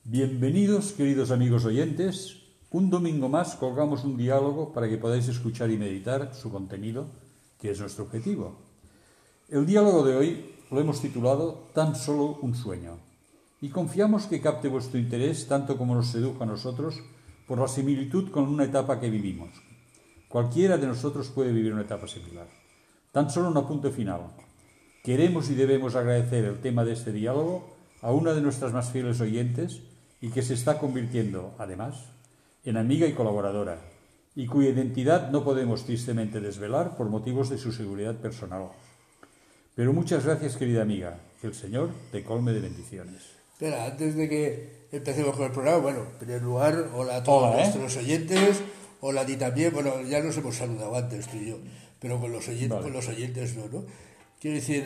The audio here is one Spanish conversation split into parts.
Bienvenidos, queridos amigos oyentes. Un domingo más colgamos un diálogo para que podáis escuchar y meditar su contenido, que es nuestro objetivo. El diálogo de hoy lo hemos titulado Tan solo un sueño, y confiamos que capte vuestro interés tanto como nos sedujo a nosotros por la similitud con una etapa que vivimos. Cualquiera de nosotros puede vivir una etapa similar. Tan solo un apunte final. Queremos y debemos agradecer el tema de este diálogo a una de nuestras más fieles oyentes y que se está convirtiendo, además, en amiga y colaboradora, y cuya identidad no podemos tristemente desvelar por motivos de su seguridad personal. Pero muchas gracias, querida amiga. Que el Señor te colme de bendiciones. Espera, antes de que empecemos con el programa, bueno, en primer lugar, hola a todos nuestros oyentes, hola a ti también, bueno, ya nos hemos saludado antes tú y yo, pero con los oyentes no. Quiero decir,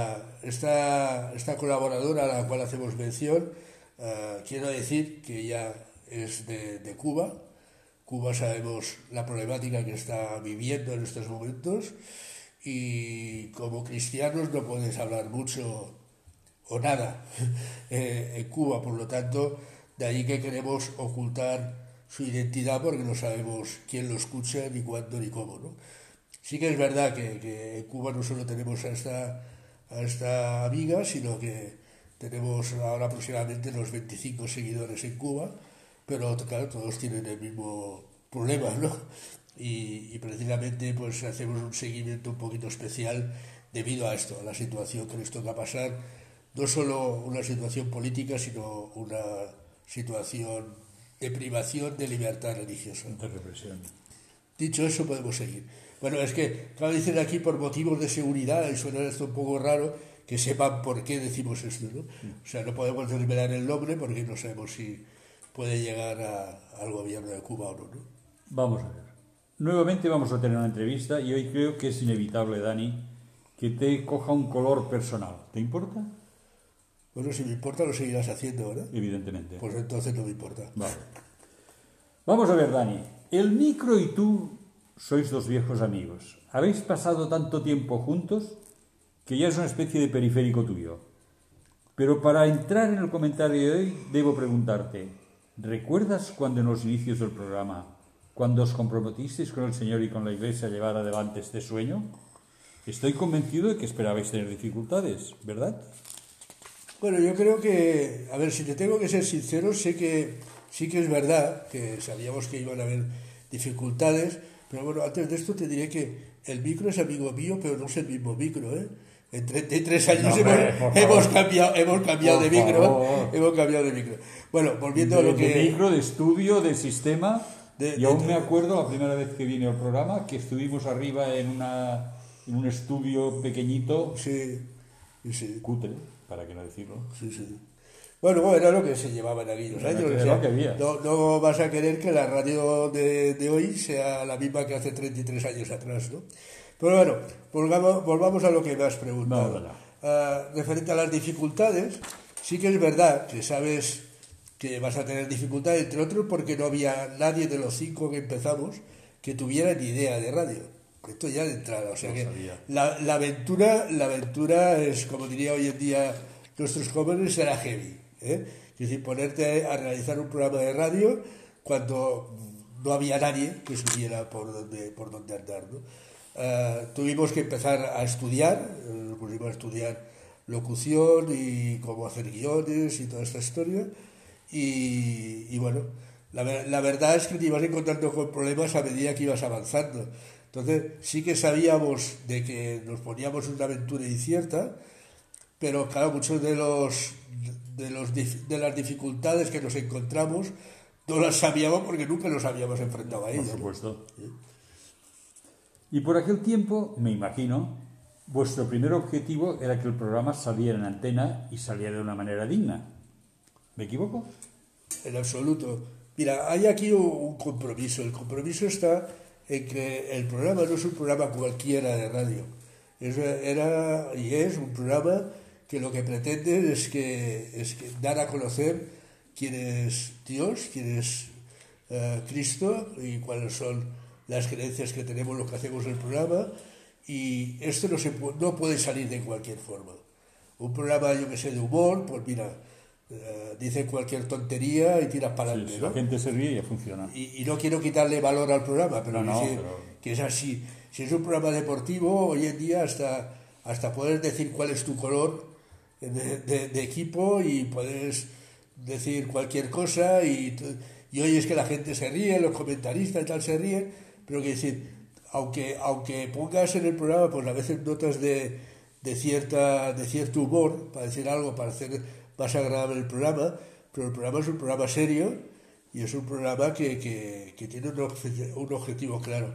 esta colaboradora a la cual hacemos mención, quiero decir que ella es de Cuba. Cuba, sabemos la problemática que está viviendo en estos momentos, y como cristianos no puedes hablar mucho o nada en Cuba, por lo tanto, de ahí que queremos ocultar su identidad porque no sabemos quién lo escucha, ni cuándo, ni cómo, ¿no? Sí que es verdad que en Cuba no solo tenemos a esta amiga, sino que tenemos ahora aproximadamente unos 25 seguidores en Cuba, pero claro, todos tienen el mismo problema, ¿no? Y precisamente pues hacemos un seguimiento un poquito especial debido a esto, a la situación que nos toca pasar, no solo una situación política, sino una situación de privación de libertad religiosa. De represión. Dicho eso, podemos seguir. Bueno, es que, claro, dicen aquí por motivos de seguridad, y suena esto un poco raro, que sepan por qué decimos esto, ¿no? O sea, no podemos desvelar el nombre porque no sabemos si puede llegar al gobierno de Cuba o no, ¿no? Vamos a ver. Nuevamente vamos a tener una entrevista y hoy creo que es inevitable, Dani, que te coja un color personal. ¿Te importa? Bueno, si me importa lo seguirás haciendo, ¿verdad? Evidentemente. Pues entonces no me importa. Vale. Vamos a ver, Dani. El micro y tú sois dos viejos amigos. Habéis pasado tanto tiempo juntos que ya es una especie de periférico tuyo. Pero para entrar en el comentario de hoy, debo preguntarte, ¿recuerdas cuando en los inicios del programa, cuando os comprometisteis con el Señor y con la Iglesia a llevar adelante este sueño? Estoy convencido de que esperabais tener dificultades, ¿verdad? Bueno, yo creo que, a ver, si te tengo que ser sincero, sé que sí que es verdad que sabíamos que iban a haber dificultades, pero bueno, antes de esto te diré que el micro es amigo mío, pero no es el mismo micro, ¿eh? En 33 años hemos cambiado de micro. Hemos cambiado de micro. Bueno, volviendo a lo que... De micro, de estudio, de sistema. Y aún me acuerdo la primera vez que vine al programa, que estuvimos arriba en un estudio pequeñito. Sí. Cutre, para qué no decirlo. Sí. Bueno, era lo que se llevaba en aquellos años. O sea, no vas a querer que la radio de hoy sea la misma que hace 33 años atrás, ¿no? Pero bueno, volvamos a lo que me has preguntado. Referente a las dificultades, sí que es verdad que sabes que vas a tener dificultades, entre otros porque no había nadie de los 5 que empezamos que tuviera ni idea de radio. Esto ya de entrada, o sea que la aventura es, como diría hoy en día nuestros jóvenes, será heavy, ¿eh? Es decir, ponerte a realizar un programa de radio cuando no había nadie que supiera por dónde andar, ¿no? Tuvimos que empezar a estudiar, pusimos a estudiar locución y cómo hacer guiones y toda esta historia, y bueno, la verdad es que te ibas encontrando con problemas a medida que ibas avanzando. Entonces sí que sabíamos de que nos poníamos en una aventura incierta, pero claro, muchos de las dificultades que nos encontramos no las sabíamos porque nunca nos habíamos enfrentado a ellas. Por supuesto. ¿Sí? Y por aquel tiempo, me imagino, vuestro primer objetivo era que el programa saliera en antena y saliera de una manera digna. ¿Me equivoco? En absoluto. Mira, hay aquí un compromiso. El compromiso está en que el programa no es un programa cualquiera de radio. Era y es un programa que lo que pretende es que dar a conocer quién es Dios, quién es Cristo y cuáles son las creencias que tenemos los que hacemos el programa, y esto no puede salir de cualquier forma. Un programa, yo que sé, de humor, pues mira, Dicen cualquier tontería y tiras para adelante. Sí, ¿no? La gente se ríe y ya funciona. Y no quiero quitarle valor al programa, pero, pero que es así. Si es un programa deportivo, hoy en día hasta puedes decir cuál es tu color de equipo y puedes decir cualquier cosa y oyes que la gente se ríe, los comentaristas y tal se ríen, pero que decir, aunque pongas en el programa, pues a veces notas de cierto humor, para decir algo, para hacer más agradable el programa, pero el programa es un programa serio y es un programa que tiene un objetivo claro.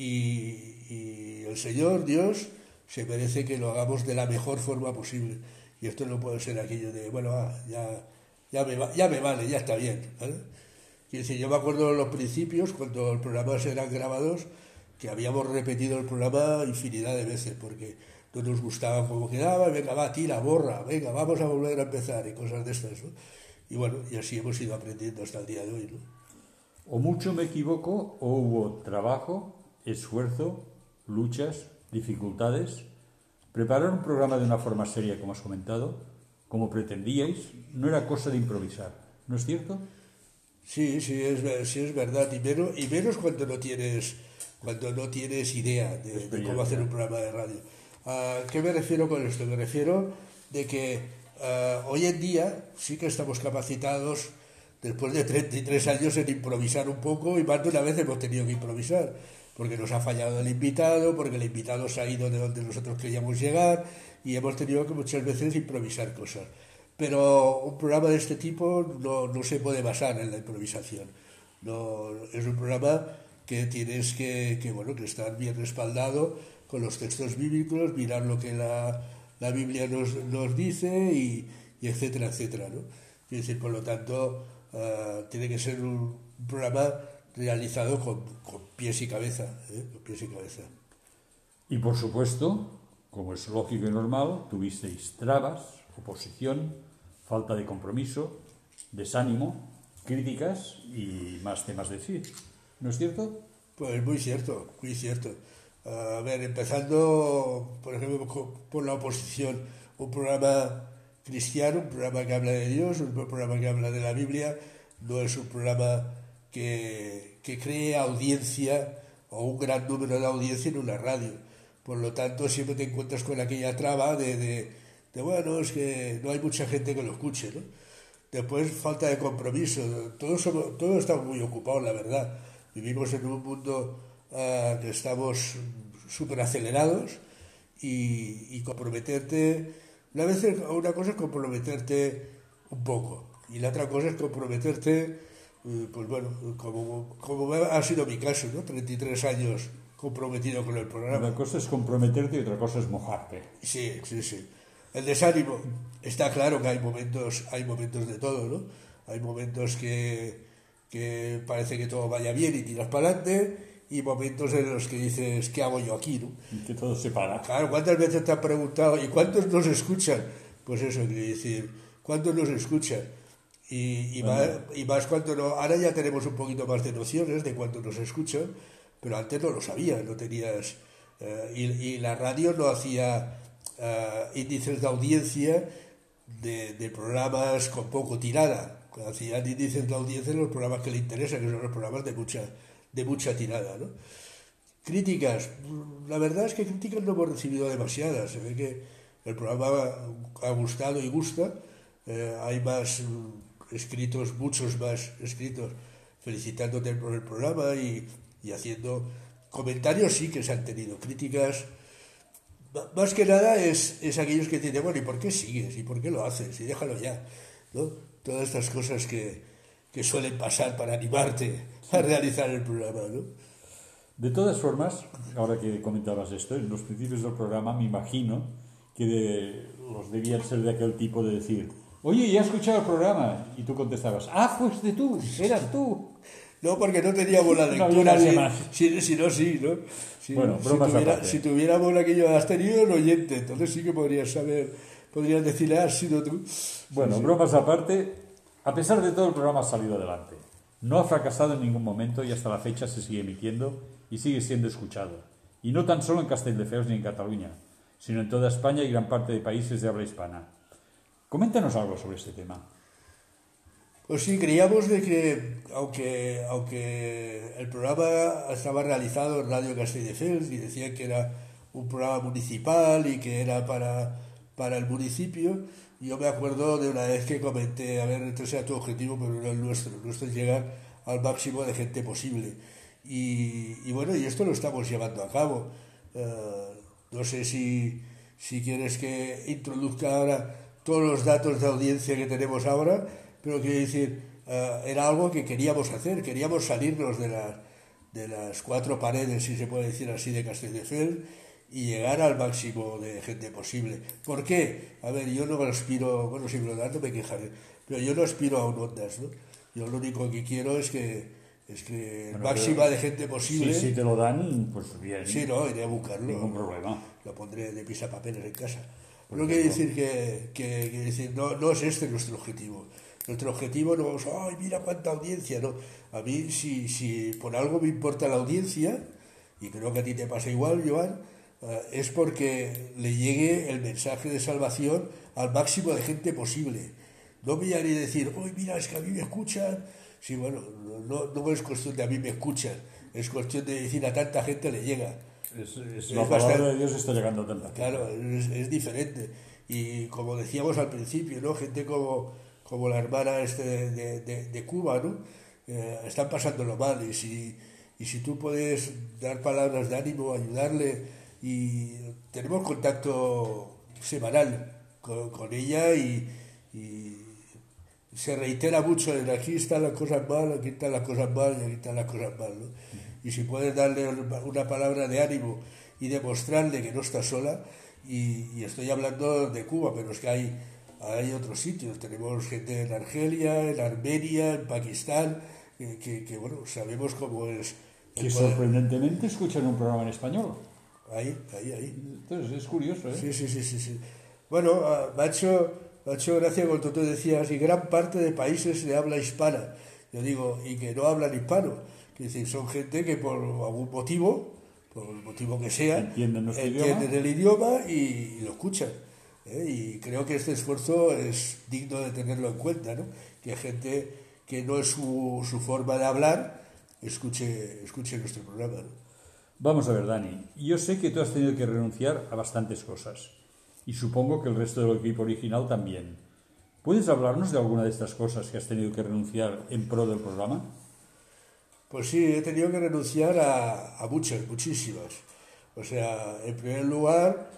Y el Señor, Dios, se merece que lo hagamos de la mejor forma posible. Y esto no puede ser aquello de, bueno, ya me vale, ya está bien. ¿Vale? Quiero decir, yo me acuerdo en los principios, cuando los programas eran grabados, que habíamos repetido el programa infinidad de veces, porque no nos gustaba cómo quedaba, venga, va, tira, borra, venga, vamos a volver a empezar, y cosas de estas, ¿no? Y bueno, y así hemos ido aprendiendo hasta el día de hoy, ¿no? O mucho me equivoco, o hubo trabajo, esfuerzo, luchas, dificultades. Preparar un programa de una forma seria, como has comentado, como pretendíais, no era cosa de improvisar, ¿no es cierto? Sí, es verdad, y menos cuando no tienes idea de cómo hacer un programa de radio. ¿Qué me refiero con esto? Me refiero de que hoy en día sí que estamos capacitados, después de 33 años, en improvisar un poco, y más de una vez hemos tenido que improvisar, porque nos ha fallado el invitado, porque el invitado se ha ido de donde nosotros queríamos llegar, y hemos tenido que muchas veces improvisar cosas. Pero un programa de este tipo no se puede basar en la improvisación. No, es un programa que tienes que estar bien respaldado con los textos bíblicos, mirar lo que la Biblia nos dice y etcétera, etcétera, ¿no? Es decir, por lo tanto, tiene que ser un programa realizado con pies y cabeza, con pies y cabeza. Y por supuesto, como es lógico y normal, tuvisteis trabas, oposición, falta de compromiso, desánimo, críticas y más temas de sí. ¿No es cierto? Pues muy cierto, muy cierto. A ver, empezando, por ejemplo, por la oposición, un programa cristiano, un programa que habla de Dios, un programa que habla de la Biblia, no es un programa que cree audiencia o un gran número de audiencia en una radio. Por lo tanto, siempre te encuentras con aquella traba de bueno, es que no hay mucha gente que lo escuche, ¿no? Después, falta de compromiso. Todos estamos muy ocupados, la verdad. Vivimos en un mundo que estamos súper acelerados y comprometerte... Una cosa es comprometerte un poco y la otra cosa es comprometerte, pues bueno, como ha sido mi caso, ¿no? 33 años comprometido con el programa. Una cosa es comprometerte y otra cosa es mojarte. Sí. El desánimo, está claro que hay momentos de todo, ¿no? Hay momentos que parece que todo vaya bien y tiras para adelante, y momentos en los que dices, ¿qué hago yo aquí, no? Y que todo se para. Claro, ¿cuántas veces te han preguntado ¿y cuántos nos escuchan? Pues eso quiere decir, ¿cuántos nos escuchan? Y más cuando no. Ahora ya tenemos un poquito más de nociones de cuántos nos escuchan, pero antes no lo sabías, no tenías... y la radio no hacía índices de audiencia de programas con poco tirada. Hacían índices de audiencia en los programas que le interesan, que son los programas de mucha tirada, ¿no? Críticas, la verdad es que críticas no hemos recibido demasiadas. Se ve que el programa ha gustado y gusta. Hay más escritos, muchos más escritos felicitándote por el programa y haciendo comentarios. Sí que se han tenido críticas. Más que nada es aquellos que te dicen, bueno, ¿y por qué sigues? ¿Y por qué lo haces? Y déjalo ya, ¿no? Todas estas cosas que suelen pasar para animarte a realizar el programa, ¿no? De todas formas, ahora que comentabas esto, en los principios del programa me imagino que los debían ser de aquel tipo de decir, oye, ya he escuchado el programa, y tú contestabas, fuiste tú, eras tú. No, porque no teníamos la lectura. No, sí, ¿no? Sí, bueno, bromas aparte. Si tuviéramos aquello, has tenido el oyente, entonces sí que podrías decirle, has sido tú. Bueno, sí. Bromas aparte, a pesar de todo el programa ha salido adelante. No ha fracasado en ningún momento y hasta la fecha se sigue emitiendo y sigue siendo escuchado. Y no tan solo en Castelldefels ni en Cataluña, sino en toda España y gran parte de países de habla hispana. Coméntanos algo sobre este tema. Pues sí, creíamos de que, aunque el programa estaba realizado en Radio Castelldefels y decían que era un programa municipal y que era para el municipio, yo me acuerdo de una vez que comenté, a ver, este sea tu objetivo, pero no el nuestro. El nuestro es llegar al máximo de gente posible. Y bueno, y esto lo estamos llevando a cabo. No sé si quieres que introduzca ahora todos los datos de audiencia que tenemos ahora, pero quiero decir, era algo que queríamos hacer, queríamos salirnos de las cuatro paredes, si se puede decir así, de Castelldefels y llegar al máximo de gente posible. ¿Por qué? A ver, yo no aspiro, bueno, si me lo dan no me quejaré, pero yo no aspiro a un Ondas, ¿no? Yo lo único que quiero es que el máximo de gente posible. Si te lo dan, pues bien. Sí, no, iré a buscarlo. Ningún problema. Lo pondré de pisapapeles en casa. Pero quiero decir que no es este nuestro objetivo. Nuestro objetivo no es, ay, mira cuánta audiencia, no. A mí, si por algo me importa la audiencia, y creo que a ti te pasa igual, Joan, es porque le llegue el mensaje de salvación al máximo de gente posible. No me haré decir, uy, mira, es que a mí me escuchan. Sí, bueno, no es cuestión de a mí me escuchan, es cuestión de decir a tanta gente le llega. La palabra de Dios está llegando a tanta gente. Claro, es diferente. Y como decíamos al principio, ¿no? Gente como la hermana de Cuba, ¿no? Están pasándolo mal y si tú puedes dar palabras de ánimo, ayudarle, y tenemos contacto semanal con ella y se reitera mucho en aquí están las cosas mal, aquí están las cosas mal y aquí están las cosas mal, ¿no? Y si puedes darle una palabra de ánimo y demostrarle que no está sola, y estoy hablando de Cuba, pero es que hay otros sitios, tenemos gente en Argelia, en Armenia, en Pakistán, que bueno, sabemos cómo es. Que sorprendentemente escuchan un programa en español. Ahí. Entonces es curioso, ¿eh? Sí. Bueno, me ha hecho gracia cuando tú decías, y gran parte de países de habla hispana. Yo digo, y que no hablan hispano. Es decir, son gente que por algún motivo, por el motivo que sea, entienden el idioma y lo escuchan. Y creo que este esfuerzo es digno de tenerlo en cuenta, ¿no? Que gente que no es su forma de hablar escuche nuestro programa, ¿no? Vamos a ver, Dani, yo sé que tú has tenido que renunciar a bastantes cosas y supongo que el resto del equipo original también. ¿Puedes hablarnos de alguna de estas cosas que has tenido que renunciar en pro del programa? Pues sí, he tenido que renunciar a muchísimas. O sea, en primer lugar,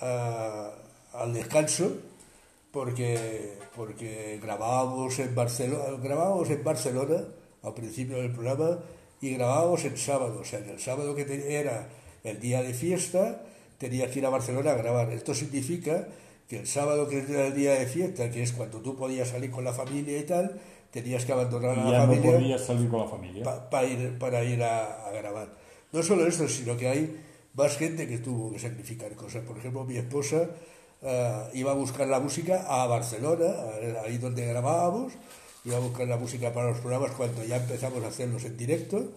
al descanso, porque grabábamos en Barcelona al principio del programa y grabábamos en sábado. O sea, que el sábado que era el día de fiesta, tenía que ir a Barcelona a grabar. Esto significa que el sábado, que era el día de fiesta, que es cuando tú podías salir con la familia y tal, tenías que abandonar a la familia. No podías salir con la familia. Para ir a grabar. No solo eso, sino que hay más gente que tuvo que sacrificar cosas. Por ejemplo, mi esposa iba a buscar la música a Barcelona, ahí donde grabábamos, iba a buscar la música para los programas cuando ya empezamos a hacerlos en directo,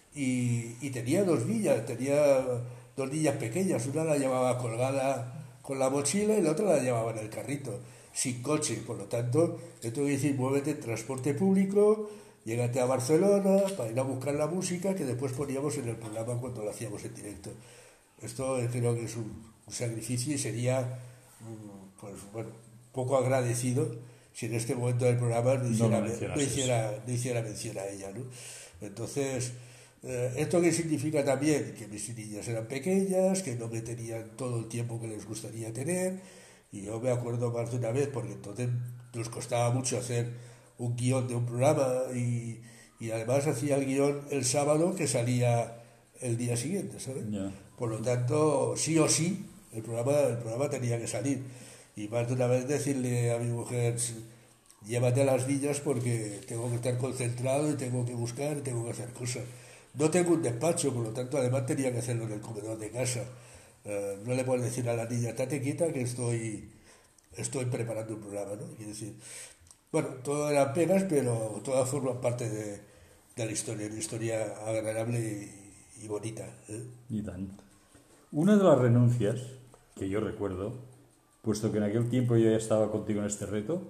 y tenía dos niñas pequeñas, una la llevaba colgada con la mochila y la otra la llevaba en el carrito, sin coche. Por lo tanto, yo tengo que decir, muévete en transporte público, llégate a Barcelona para ir a buscar la música que después poníamos en el programa cuando lo hacíamos en directo. Esto creo que es un sacrificio y sería, pues bueno, poco agradecido si en este momento del programa no hiciera mención a ella, ¿no? Entonces, ¿esto qué significa también? Que mis niñas eran pequeñas, que no me tenían todo el tiempo que les gustaría tener, y yo me acuerdo más de una vez, porque entonces nos costaba mucho hacer un guión de un programa, y además hacía el guión el sábado que salía el día siguiente, ¿sabes? Yeah. Por lo tanto, sí o sí, el programa tenía que salir. Y más de una vez decirle a mi mujer, llévate a las niñas porque tengo que estar concentrado y tengo que buscar y tengo que hacer cosas. No tengo un despacho, por lo tanto, además tenía que hacerlo en el comedor de casa. No le puedo decir a la niña, estate quieta que estoy preparando un programa, ¿no? Quiero decir, bueno, todo eran pegas, pero todas forman parte de la historia, una historia agradable y bonita, ¿eh? Y tanto. Una de las renuncias que yo recuerdo, puesto que en aquel tiempo yo ya estaba contigo en este reto,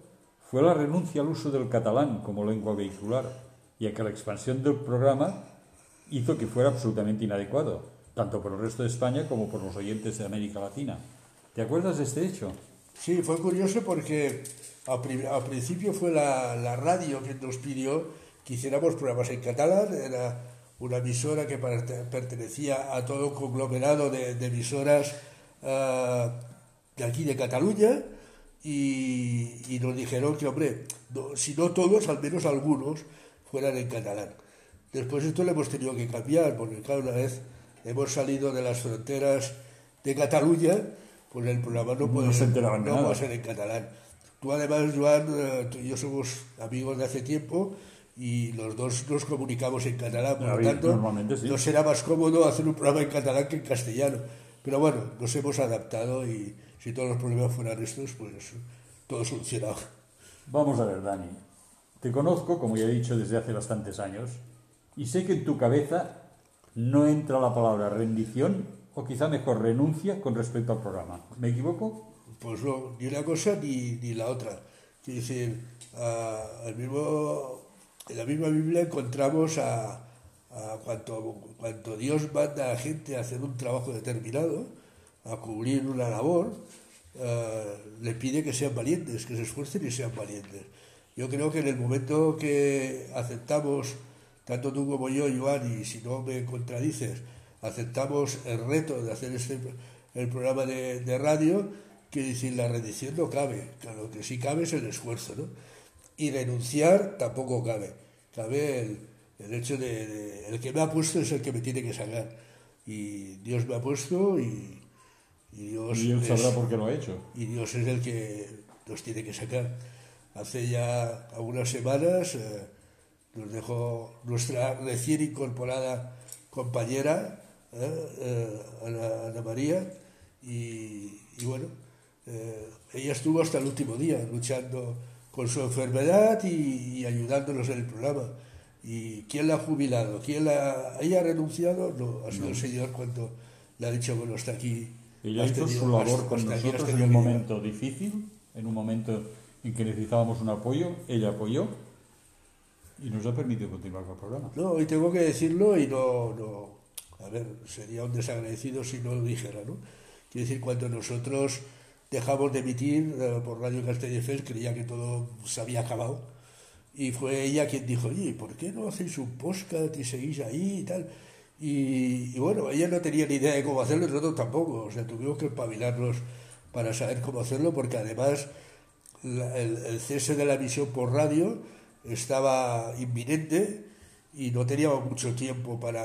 fue la renuncia al uso del catalán como lengua vehicular, ya que la expansión del programa hizo que fuera absolutamente inadecuado, tanto por el resto de España como por los oyentes de América Latina. ¿Te acuerdas de este hecho? Sí, fue curioso porque al principio fue la radio que nos pidió que hiciéramos programas en catalán. Era una emisora que pertenecía a todo un conglomerado de emisoras de aquí de Cataluña, y nos dijeron que, hombre, si no todos, al menos algunos fueran en catalán. Después esto lo hemos tenido que cambiar, porque claro, una vez hemos salido de las fronteras de Cataluña, pues el programa no puede ser en catalán. Tú además, Joan, tú y yo somos amigos de hace tiempo y los dos nos comunicamos en catalán, por lo tanto sí, nos será más cómodo hacer un programa en catalán que en castellano. Pero bueno, nos hemos adaptado y si todos los problemas fueran estos, pues todo solucionado. Vamos a ver, Dani. Te conozco, como ya he dicho, desde hace bastantes años y sé que en tu cabeza no entra la palabra rendición o quizá mejor renuncia con respecto al programa. ¿Me equivoco? Pues no, ni una cosa ni la otra. Quiero decir, en la misma Biblia encontramos cuando Dios manda a gente a hacer un trabajo determinado, a cubrir una labor, le pide que sean valientes, que se esfuercen y sean valientes. Yo creo que en el momento que aceptamos, tanto tú como yo, Joan, y si no me contradices, aceptamos el reto de hacer el programa de radio, que decir, la rendición no cabe. Lo que sí cabe es el esfuerzo, ¿no? Y renunciar tampoco cabe. Cabe el hecho de el que me ha puesto es el que me tiene que sacar. Y Dios me ha puesto y Dios... Y Él sabrá por qué lo ha hecho. Y Dios es el que nos tiene que sacar. Hace ya algunas semanas nos dejó nuestra recién incorporada compañera, Ana María, y bueno, ella estuvo hasta el último día luchando con su enfermedad y ayudándonos en el programa. ¿Y quién la ha jubilado? ¿Ella ha renunciado? No, ha sido el Señor cuando le ha dicho, bueno, hasta aquí. Ella hizo su labor con nosotros en un momento difícil, en un momento en que necesitábamos un apoyo, ella apoyó y nos ha permitido continuar con el programa. No, y tengo que decirlo y no, a ver, sería un desagradecido si no lo dijera, ¿no? Quiero decir, cuando nosotros dejamos de emitir por Radio Castelldefels, creía que todo se había acabado, y fue ella quien dijo, oye, ¿por qué no hacéis un podcast y seguís ahí y tal? Y bueno, ella no tenía ni idea de cómo hacerlo y nosotros tampoco, o sea, tuvimos que espabilarnos para saber cómo hacerlo, porque además el cese de la emisión por radio estaba inminente y no teníamos mucho tiempo para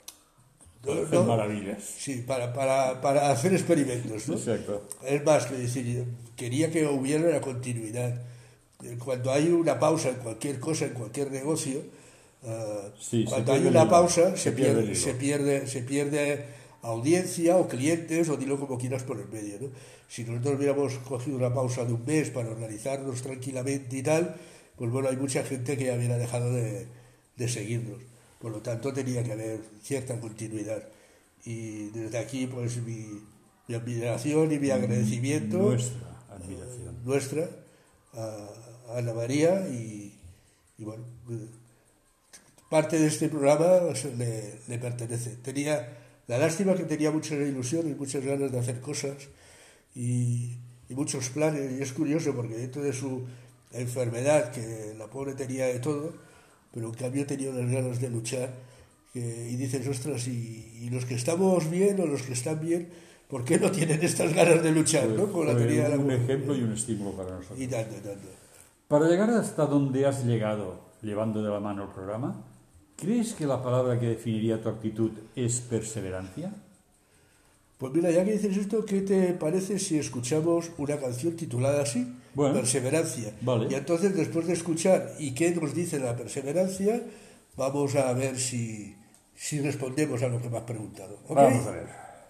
hacer maravillas. Sí, para hacer experimentos, ¿no? Exacto. Es más, que decir, quería que hubiera una continuidad. Cuando hay una pausa en cualquier cosa, en cualquier negocio, cuando hay una pausa se pierde audiencia o clientes, o dilo como quieras por el medio, ¿no? Si nosotros hubiéramos cogido una pausa de un mes para organizarnos tranquilamente y tal, pues bueno, hay mucha gente que ya hubiera dejado de seguirnos. Por lo tanto, tenía que haber cierta continuidad. Y desde aquí, pues mi admiración y mi agradecimiento, nuestra a Ana María, y bueno, parte de este programa le pertenece. Tenía la lástima que tenía mucha ilusión y muchas ganas de hacer cosas y muchos planes, y es curioso porque dentro de su enfermedad, que la pobre tenía de todo, pero en cambio tenía unas ganas de luchar, y dices, ostras, y los que estamos bien o los que están bien, ¿por qué no tienen estas ganas de luchar? Pues, ¿no? Como la tenía un ejemplo y un estímulo para nosotros. Y tanto. Para llegar hasta donde has llegado, llevando de la mano el programa, ¿crees que la palabra que definiría tu actitud es perseverancia? Pues mira, ya que dices esto, ¿qué te parece si escuchamos una canción titulada así? Bueno, Perseverancia. Vale. Y entonces, después de escuchar y qué nos dice la perseverancia, vamos a ver si respondemos a lo que me has preguntado. ¿Okay? Vamos a ver.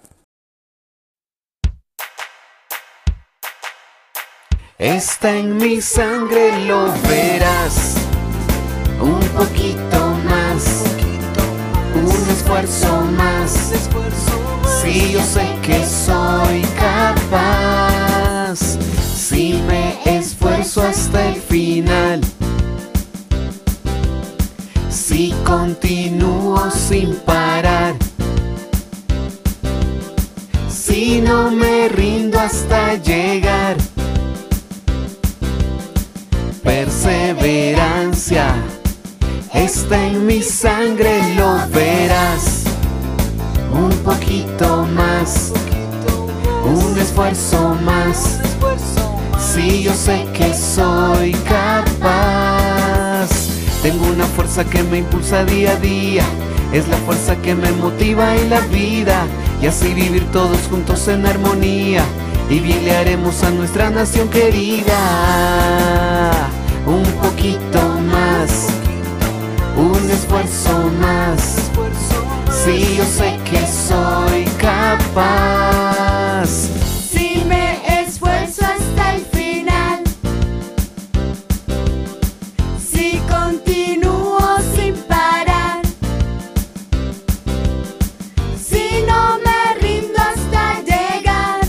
Está en mi sangre, lo verás. Un poquito más, un esfuerzo más. Si yo sé que soy capaz, si me esfuerzo hasta el final. Si continúo sin parar, si no me rindo hasta llegar, perseverancia está en mi sangre, lo verás. Un poquito más, un esfuerzo más. Si yo sé que soy capaz, tengo una fuerza que me impulsa día a día, es la fuerza que me motiva en la vida, y así vivir todos juntos en armonía, y bien le haremos a nuestra nación querida. Un poquito más, un esfuerzo más. Si yo sé que soy capaz, si me esfuerzo hasta el final, si continúo sin parar, si no me rindo hasta llegar,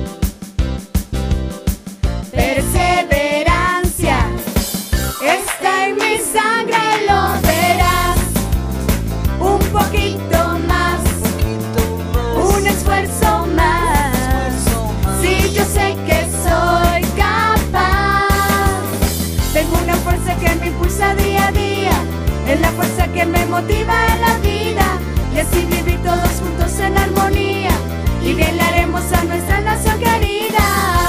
perseverancia está en mi sangre, lo verás. Un poquito más, un esfuerzo más. Si yo sé que soy capaz, tengo una fuerza que me impulsa día a día, es la fuerza que me motiva en la vida, y así vivir todos juntos en armonía, y bien le haremos a nuestra nación querida.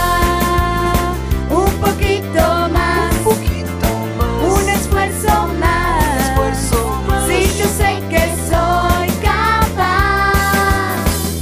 Un poquito más, un esfuerzo más. Si yo sé que soy capaz.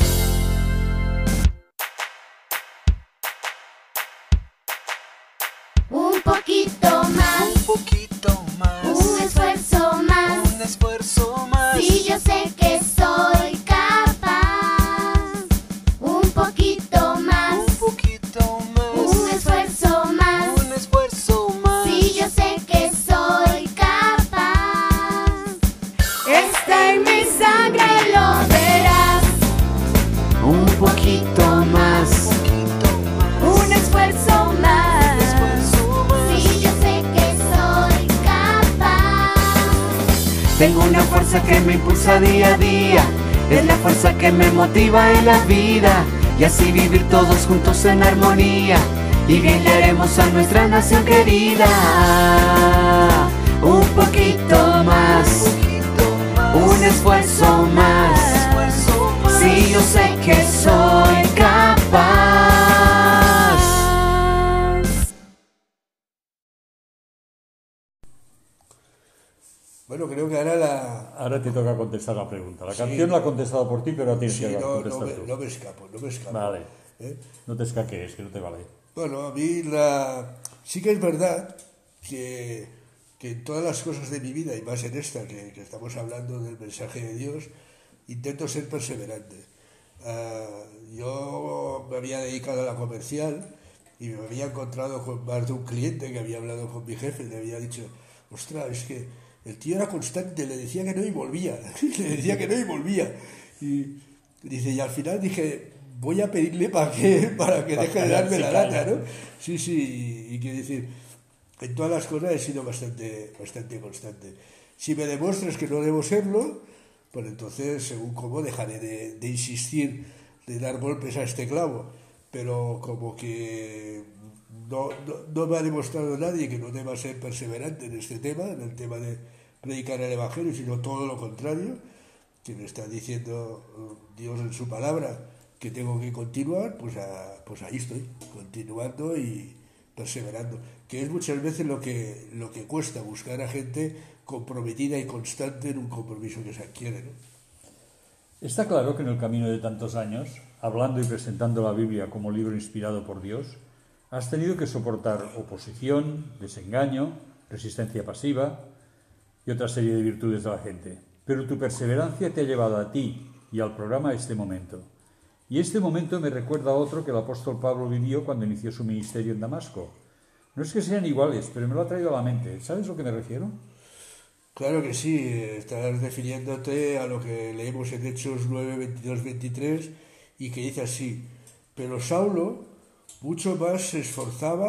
Un poquito más, un esfuerzo más. Si yo sé que soy capaz. Un poquito más, un esfuerzo más. Si yo sé que soy capaz, está en mi sangre, lo verás. un poquito más. Un esfuerzo más. Si yo sé que soy capaz, Tengo una fuerza que me impulsa día a día, es la fuerza que me motiva en la vida, y así vivir todos juntos en armonía, y bien le haremos a nuestra nación querida. Un poquito más, un esfuerzo más. Si yo sé que soy capaz. Bueno, creo que Ahora te toca contestar la pregunta. La canción la ha contestado por ti, pero ahora tienes que contestar tú. no me escapo. Vale. ¿Eh? No te escaquees, que no te vale. Bueno, a mí sí que es verdad que en todas las cosas de mi vida, y más en esta, que estamos hablando del mensaje de Dios, intento ser perseverante. Yo me había dedicado a la comercial y me había encontrado con más de un cliente que había hablado con mi jefe y le había dicho, ostras, es que el tío era constante, le decía que no y volvía, y dice, y al final dije, voy a pedirle para que deje de darme la lata, ¿no? Sí, y quiero decir, en todas las cosas he sido bastante constante. Si me demuestras que no debo serlo, pues entonces, según cómo, dejaré de insistir, de dar golpes a este clavo. Pero como que no me ha demostrado nadie que no deba ser perseverante en este tema, en el tema de predicar el Evangelio, sino todo lo contrario, que me está diciendo Dios en su palabra que tengo que continuar, pues ahí estoy, continuando y perseverando, que es muchas veces lo que cuesta, buscar a gente comprometida y constante en un compromiso que se adquiere, ¿no? Está claro que en el camino de tantos años, hablando y presentando la Biblia como libro inspirado por Dios, has tenido que soportar oposición, desengaño, resistencia pasiva y otra serie de virtudes de la gente. Pero tu perseverancia te ha llevado a ti y al programa a este momento. Y este momento me recuerda a otro que el apóstol Pablo vivió cuando inició su ministerio en Damasco. No es que sean iguales, pero me lo ha traído a la mente. ¿Sabes a lo que me refiero? Claro que sí, estás refiriéndote a lo que leemos en Hechos 9, 22, 23, y que dice así, pero Saulo mucho más se esforzaba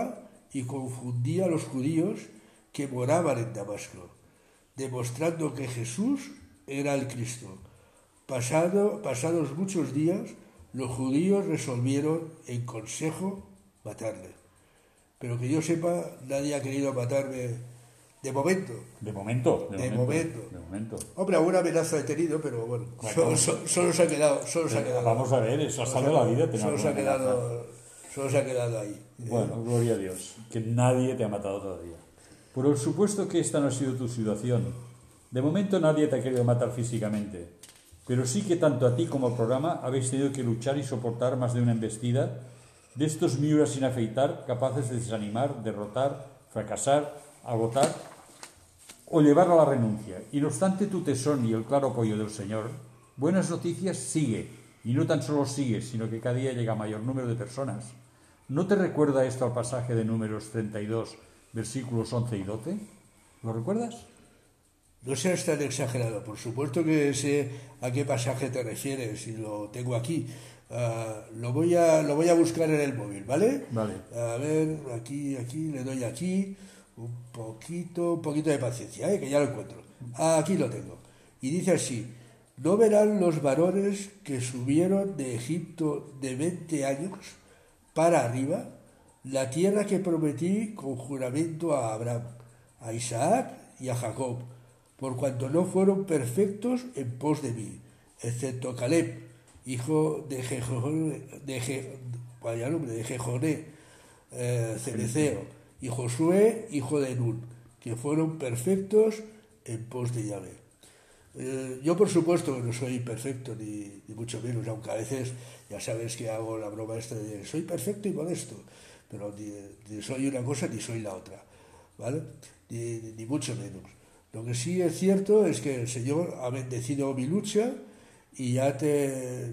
y confundía a los judíos que moraban en Damasco, demostrando que Jesús era el Cristo. Pasados muchos días, los judíos resolvieron en consejo matarle. Pero que yo sepa, nadie ha querido matarme de momento. De momento. Hombre, alguna amenaza he tenido, pero bueno, solo se ha quedado. Vamos a ver, eso ha salido a la vida. Solo se ha quedado ahí. Bueno, gloria a Dios, que nadie te ha matado todavía. Por supuesto que esta no ha sido tu situación. De momento nadie te ha querido matar físicamente. Pero sí que tanto a ti como al programa habéis tenido que luchar y soportar más de una embestida de estos miuras sin afeitar, capaces de desanimar, derrotar, fracasar, agotar o llevar a la renuncia. Y no obstante tu tesón y el claro apoyo del Señor, Buenas Noticias sigue, y no tan solo sigue, sino que cada día llega a mayor número de personas. ¿No te recuerda esto al pasaje de Números 32, versículos 11 y 12? ¿Lo recuerdas? No seas tan exagerado. Por supuesto que sé a qué pasaje te refieres y lo tengo aquí. Lo voy a buscar en el móvil, ¿vale? Vale. A ver, aquí, le doy aquí. Un poquito de paciencia, que ya lo encuentro. Aquí lo tengo. Y dice así: ¿no verán los varones que subieron de Egipto de 20 años para arriba la tierra que prometí con juramento a Abraham, a Isaac y a Jacob, por cuanto no fueron perfectos en pos de mí, excepto Caleb, hijo de Jejoné, Cereceo, y Josué, hijo de Nun, que fueron perfectos en pos de Yahvé. Yo, por supuesto, que no soy perfecto, ni mucho menos, aunque a veces ya sabes que hago la broma esta de soy perfecto y modesto, pero ni soy una cosa ni soy la otra, ¿vale? Ni mucho menos. Lo que sí es cierto es que el Señor ha bendecido mi lucha y ya te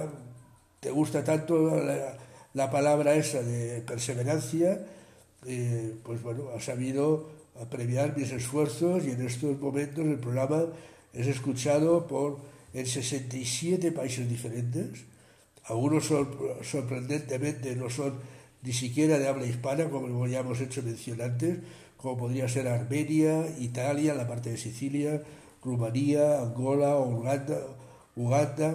gusta tanto la palabra esa de perseverancia, pues bueno, ha sabido premiar mis esfuerzos, y en estos momentos el programa es escuchado en 67 países diferentes. Algunos sorprendentemente no son ni siquiera de habla hispana, como ya hemos hecho mención antes, como podría ser Armenia, Italia, la parte de Sicilia, Rumanía, Angola, Uganda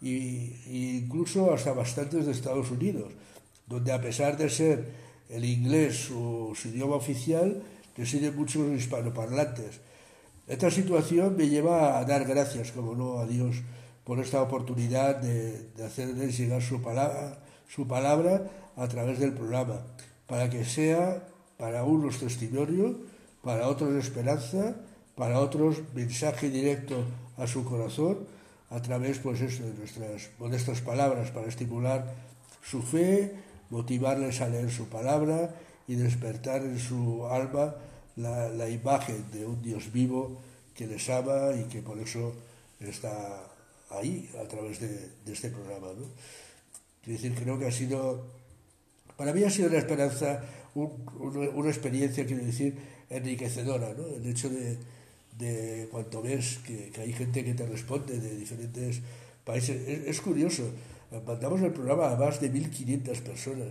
e incluso hasta bastantes de Estados Unidos, donde a pesar de ser el inglés su idioma oficial, residen muchos hispanoparlantes. Esta situación me lleva a dar gracias, como no, a Dios por esta oportunidad de hacerles llegar su palabra a través del programa, para que sea para unos testimonio, para otros esperanza, para otros mensaje directo a su corazón, a través pues de nuestras modestas palabras, para estimular su fe, motivarles a leer su palabra y despertar en su alma la imagen de un Dios vivo que les ama y que por eso está ahí a través de este programa, ¿no? Es decir, creo que para mí ha sido una esperanza, una experiencia, quiero decir, enriquecedora, ¿no? El hecho de cuando ves que hay gente que te responde de diferentes países. Es curioso, mandamos el programa a más de 1.500 personas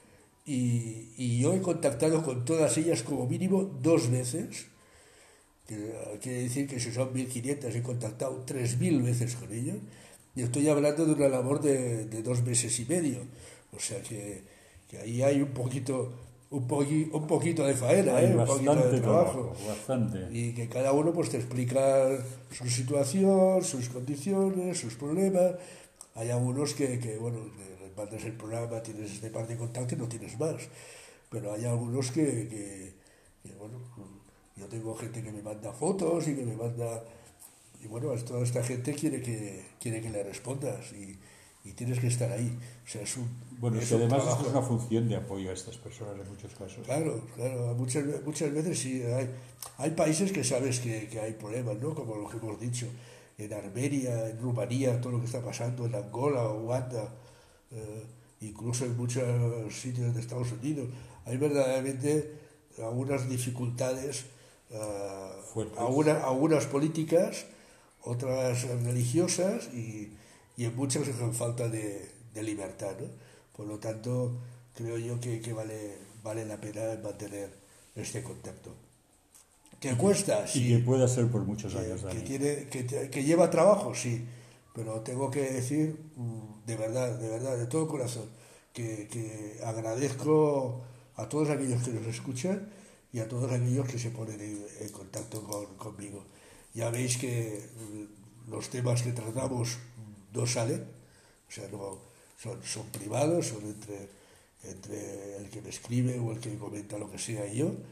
y yo he contactado con todas ellas como mínimo 2 veces. Quiere decir que si son 1.500 he contactado 3.000 veces con ellos, y estoy hablando de una labor de 2 meses y medio, o sea que ahí hay un poquito de faena, un poquito de trabajo, bastante. Y que cada uno pues te explica su situación, sus condiciones, sus problemas. Hay algunos que bueno, les mandas el programa, tienes este par de contactos y no tienes más, pero hay algunos que bueno, yo tengo gente que me manda fotos y que me manda, y bueno, toda esta gente quiere que le respondas y tienes que estar ahí. O sea, bueno, es además esto es una función de apoyo a estas personas en muchos casos. Claro, muchas veces sí, hay países que sabes que hay problemas, ¿no? Como lo que hemos dicho, en Armenia, en Rumanía, todo lo que está pasando, en Angola, Uganda, incluso en muchos sitios de Estados Unidos. Hay verdaderamente algunas dificultades, algunas políticas, otras religiosas y en muchas con falta de libertad, ¿no? Por lo tanto, creo yo que vale vale la pena mantener este contacto. ¿Que cuesta? Sí. Y que pueda ser por muchos años, Dani. Que lleva trabajo, sí. Pero tengo que decir, de verdad, de todo corazón, que agradezco a todos aquellos que nos escuchan y a todos aquellos que se ponen en contacto conmigo. Ya veis que los temas que tratamos no salen, o sea, no, son privados, son entre el que me escribe o el que comenta lo que sea y yo,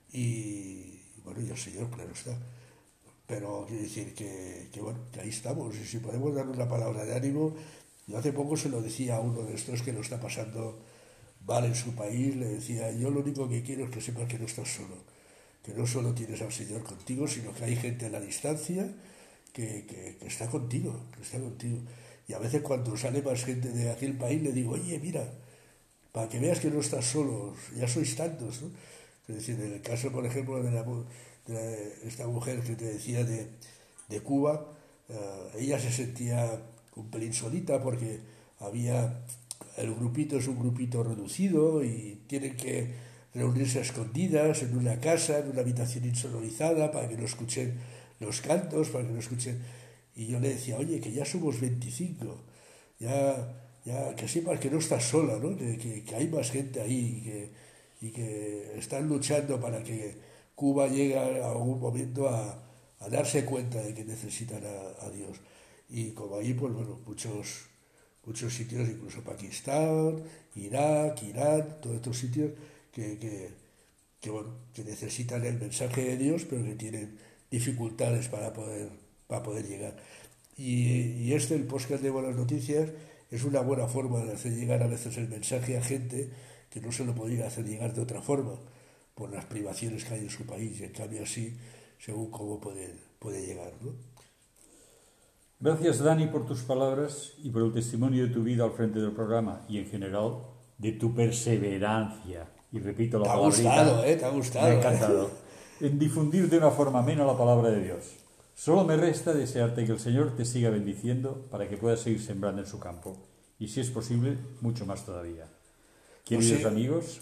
y bueno, y el Señor, claro está. Pero quiero decir que ahí estamos, y si podemos dar una palabra de ánimo. Yo hace poco se lo decía a uno de estos que lo está pasando mal en su país, le decía, yo lo único que quiero es que sepas que no estás solo, que no solo tienes al Señor contigo, sino que hay gente a la distancia que está contigo, Y a veces cuando sale más gente de aquel país le digo, oye, mira, para que veas que no estás solo, ya sois tantos, ¿no? Es decir, en el caso, por ejemplo, de esta mujer que te decía de Cuba, ella se sentía un pelín solita porque el grupito es un grupito reducido y tienen que reunirse a escondidas en una casa, en una habitación insonorizada para que no escuchen los cantos, para que no escuchen. Y yo le decía, oye, que ya somos 25, ya que sepas que no estás sola, ¿no? Que hay más gente ahí y que están luchando para que Cuba llegue a algún momento a darse cuenta de que necesitan a Dios. Y como ahí, pues bueno, muchos sitios, incluso Pakistán, Irak, Irán, todos estos sitios que necesitan el mensaje de Dios, pero que tienen dificultades para poder llegar. Y el podcast de Buenas Noticias, es una buena forma de hacer llegar a veces el mensaje a gente que no se lo podría hacer llegar de otra forma, por las privaciones que hay en su país, y en cambio así, según cómo puede llegar, ¿no? Gracias, Dani, por tus palabras y por el testimonio de tu vida al frente del programa y en general de tu perseverancia. Y repito la palabrita. Te ha gustado. Me ha encantado. En difundir de una forma amena la palabra de Dios. Solo me resta desearte que el Señor te siga bendiciendo para que puedas seguir sembrando en su campo. Y si es posible, mucho más todavía. Queridos amigos...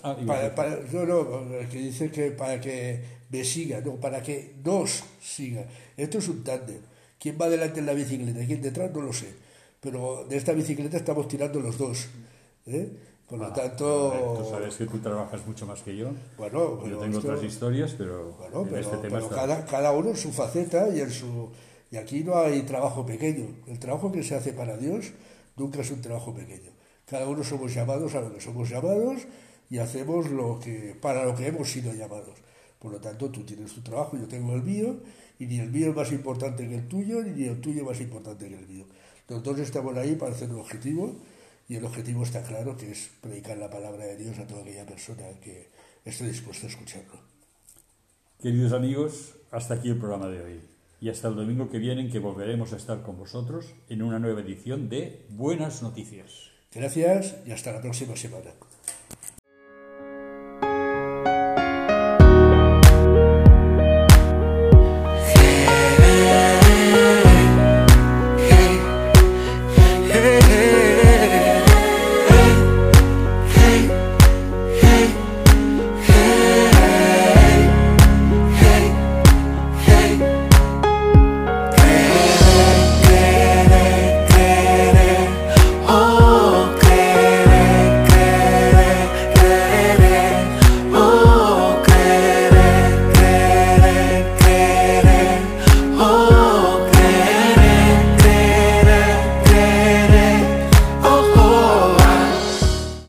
que dice que para que me siga, no, para que nos siga. Esto es un tándem. ¿Quién va delante en la bicicleta? ¿Quién detrás? No lo sé. Pero de esta bicicleta estamos tirando los dos. Por lo tanto... Tú sabes que tú trabajas mucho más que yo. Bueno, yo tengo otras historias, pero en este tema está... cada uno en su faceta y aquí no hay trabajo pequeño. El trabajo que se hace para Dios nunca es un trabajo pequeño. Cada uno somos llamados a lo que somos llamados y hacemos para lo que hemos sido llamados. Por lo tanto, tú tienes tu trabajo, yo tengo el mío, y ni el mío es más importante que el tuyo, ni el tuyo es más importante que el mío. Los dos estamos ahí para hacer un objetivo, y el objetivo está claro, que es predicar la palabra de Dios a toda aquella persona que esté dispuesta a escucharlo. Queridos amigos, hasta aquí el programa de hoy. Y hasta el domingo que viene, en que volveremos a estar con vosotros en una nueva edición de Buenas Noticias. Gracias y hasta la próxima semana.